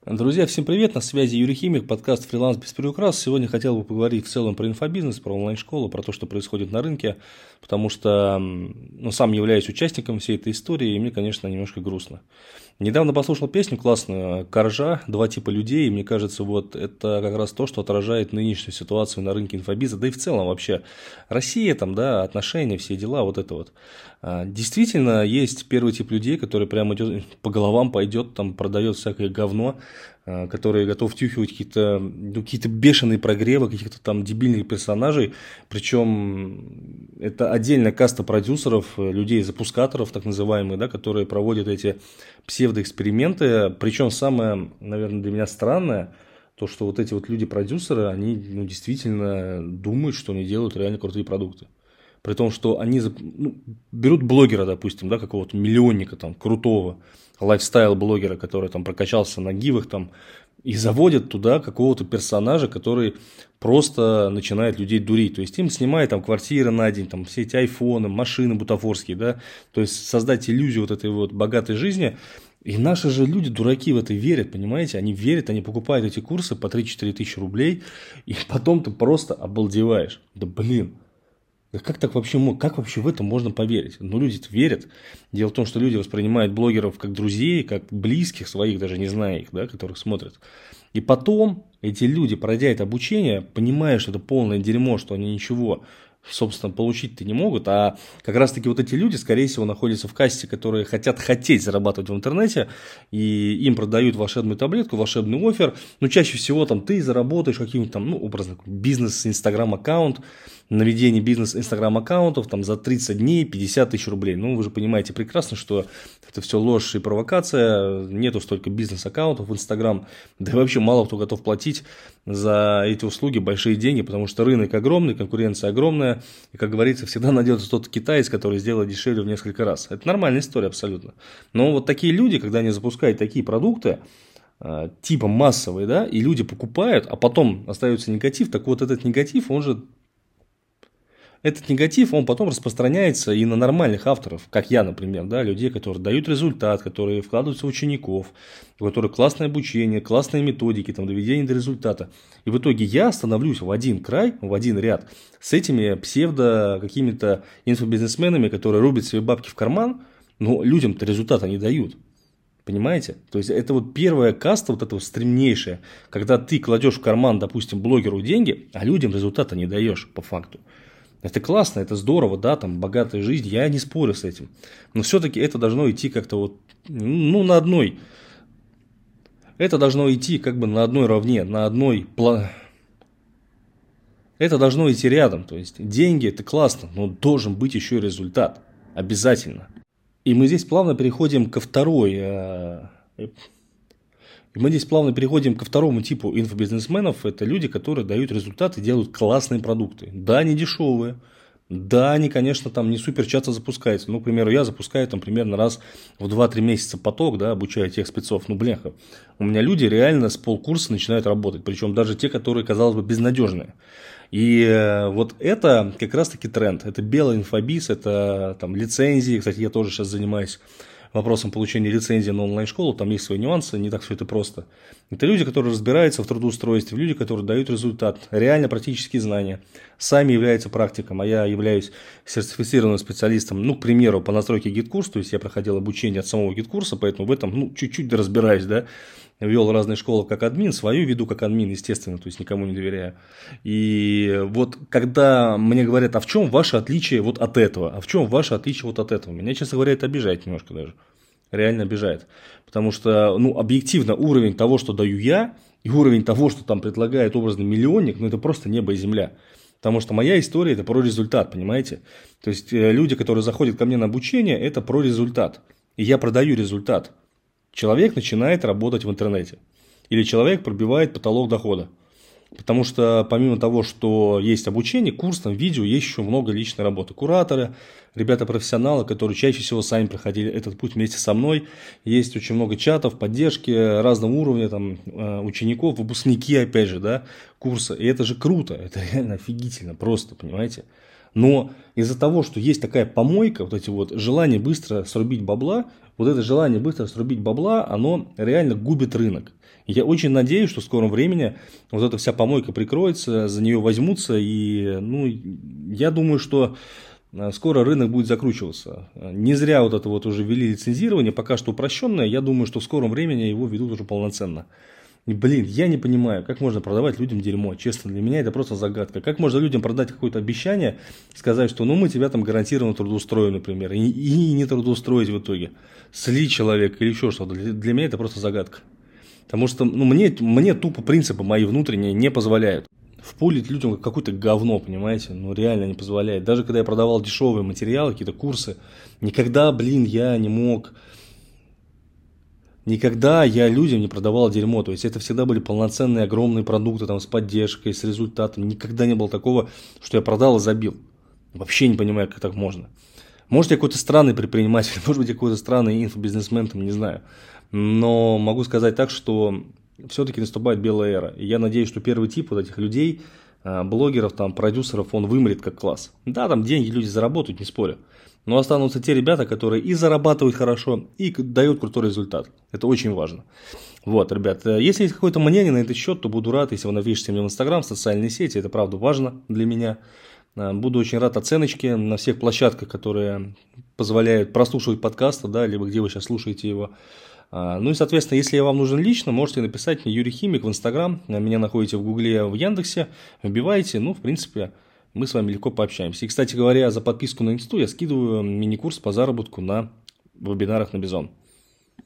Друзья, всем привет, на связи Юрий Химик, подкаст «Фриланс без приукрас». Сегодня хотел бы поговорить в целом про инфобизнес, про онлайн-школу, про то, что происходит на рынке, потому что сам являюсь участником всей этой истории, и мне, конечно, немножко грустно. Недавно послушал песню классную «Коржа. Два типа людей», и мне кажется, вот это как раз то, что отражает нынешнюю ситуацию на рынке инфобиза, да и в целом вообще Россия, там, да, отношения, все дела, вот это вот. Действительно, есть первый тип людей, который прямо идет, по головам пойдет, там, продает всякое говно, который готов втюхивать какие-то бешеные прогревы, каких-то там дебильных персонажей. Причем это отдельная каста продюсеров, людей-запускаторов, так называемых, да, которые проводят эти псевдоэксперименты. Причем самое, наверное, для меня странное, то, что вот эти вот люди-продюсеры, они действительно думают, что они делают реально крутые продукты. При том, что они берут блогера, допустим, да, какого-то миллионника там, крутого, лайфстайл-блогера, который там прокачался на гивах там, и заводят туда какого-то персонажа, который просто начинает людей дурить. То есть им снимают там квартиры на день, там все эти айфоны, машины бутафорские, да, то есть создать иллюзию вот этой вот богатой жизни. И наши же люди, дураки, в это верят, понимаете? Они верят, они покупают эти курсы по 3-4 тысячи рублей, и потом ты просто обалдеваешь. Да блин. Да как так вообще как вообще в это можно поверить? Ну, люди-то верят. Дело в том, что люди воспринимают блогеров как друзей, как близких своих, даже не зная их, да, которых смотрят. И потом эти люди, пройдя это обучение, понимая, что это полное дерьмо, что они ничего, собственно, получить-то не могут, а как раз-таки вот эти люди, скорее всего, находятся в касте, которые хотеть зарабатывать в интернете, и им продают волшебную таблетку, волшебный оффер, но чаще всего там ты заработаешь каким-то там, образно, бизнес-инстаграм-аккаунт, на ведение бизнес-инстаграм-аккаунтов там за 30 дней 50 тысяч рублей. Ну, вы же понимаете прекрасно, что это все ложь и провокация, нету столько бизнес-аккаунтов в Инстаграм, да и вообще мало кто готов платить за эти услуги большие деньги, потому что рынок огромный, конкуренция огромная, и, как говорится, всегда найдется тот китаец, который сделает дешевле в несколько раз. Это нормальная история абсолютно. Но вот такие люди, когда они запускают такие продукты, типа массовые, да, и люди покупают, а потом остается негатив, так вот этот негатив, Этот негатив, он потом распространяется и на нормальных авторов, как я, например, да, людей, которые дают результат, которые вкладываются в учеников, у которых классное обучение, классные методики, там, доведение до результата. И в итоге я становлюсь в один край, в один ряд с этими псевдо какими-то инфобизнесменами, которые рубят себе бабки в карман, но людям-то результата не дают. Понимаете? То есть это вот первая каста, вот эта вот стремнейшая, когда ты кладешь в карман, допустим, блогеру деньги, а людям результата не даешь по факту. Это классно, это здорово, да, там богатая жизнь, я не спорю с этим. Но все-таки это должно идти как-то вот, на одной. Это должно идти как бы на одной равне, Это должно идти рядом. То есть деньги это классно, но должен быть еще и результат. Обязательно. И мы здесь плавно переходим ко второму типу инфобизнесменов. Это люди, которые дают результаты, делают классные продукты. Да, они дешевые. Да, они, конечно, там не супер часто запускаются. Ну, к примеру, я запускаю там примерно раз в 2-3 месяца поток, да, обучаю тех спецов. Ну, бляха, у меня люди реально с полкурса начинают работать. Причем даже те, которые, казалось бы, безнадежные. И вот это как раз-таки тренд. Это белый инфобиз, это там лицензии. Кстати, я тоже сейчас занимаюсь вопросом получения лицензии на онлайн-школу, там есть свои нюансы, не так все это просто. Это люди, которые разбираются в трудоустройстве, люди, которые дают результат, реально практические знания, сами являются практиком, а я являюсь сертифицированным специалистом, к примеру, по настройке гид-курса, то есть я проходил обучение от самого гид-курса, поэтому в этом, чуть-чуть разбираюсь, да, вел разные школы как админ, свою веду как админ, естественно, то есть никому не доверяю. И вот когда мне говорят, а в чем ваше отличие вот от этого, меня, честно говоря, это обижает немножко даже, реально обижает. Потому что, объективно уровень того, что даю я, и уровень того, что там предлагает образный миллионник, это просто небо и земля. Потому что моя история – это про результат, понимаете? То есть люди, которые заходят ко мне на обучение, это про результат. И я продаю результат. Человек начинает работать в интернете. Или человек пробивает потолок дохода. Потому что помимо того, что есть обучение, курс, там, видео, есть еще много личной работы. Кураторы, ребята-профессионалы, которые чаще всего сами проходили этот путь вместе со мной. Есть очень много чатов, поддержки разного уровня, там, учеников, выпускники, опять же, да, курса. И это же круто, это реально офигительно просто, понимаете. Но из-за того, что есть такая помойка, вот эти вот желание быстро срубить бабла, вот это желание быстро срубить бабла, оно реально губит рынок. И я очень надеюсь, что в скором времени вот эта вся помойка прикроется, за нее возьмутся, и я думаю, что скоро рынок будет закручиваться. Не зря вот это вот уже ввели лицензирование, пока что упрощенное, я думаю, что в скором времени его ведут уже полноценно. И, я не понимаю, как можно продавать людям дерьмо. Честно, для меня это просто загадка. Как можно людям продать какое-то обещание, сказать, что мы тебя там гарантированно трудоустроим, например, и не трудоустроить в итоге. Сли человека или еще что-то. Для меня это просто загадка. Потому что мне тупо принципы мои внутренние не позволяют впулить людям какое-то говно, понимаете? Реально не позволяет. Даже когда я продавал дешевые материалы, какие-то курсы, никогда, я не мог... Никогда я людям не продавал дерьмо, то есть это всегда были полноценные огромные продукты там, с поддержкой, с результатом. Никогда не было такого, что я продал и забил. Вообще не понимаю, как так можно. Может, я какой-то странный предприниматель, может быть, я какой-то странный инфобизнесмен, там, не знаю. Но могу сказать так, что все-таки наступает белая эра. И я надеюсь, что первый тип вот этих людей, блогеров, там, продюсеров, он вымрет как класс. Да, там деньги люди заработают, не спорю. Но останутся те ребята, которые и зарабатывают хорошо, и дают крутой результат. Это очень важно. Вот, ребят, если есть какое-то мнение на этот счет, то буду рад, если вы напишите мне в Инстаграм, в социальные сети. Это правда важно для меня. Буду очень рад оценочке на всех площадках, которые позволяют прослушивать подкасты, да, либо где вы сейчас слушаете его. Ну и, соответственно, если я вам нужен лично, можете написать мне Юрий Химик в Инстаграм. Меня находите в Гугле, в Яндексе. Вбивайте, в принципе... Мы с вами легко пообщаемся. И, кстати говоря, за подписку на Инсту я скидываю мини-курс по заработку на вебинарах на Бизон.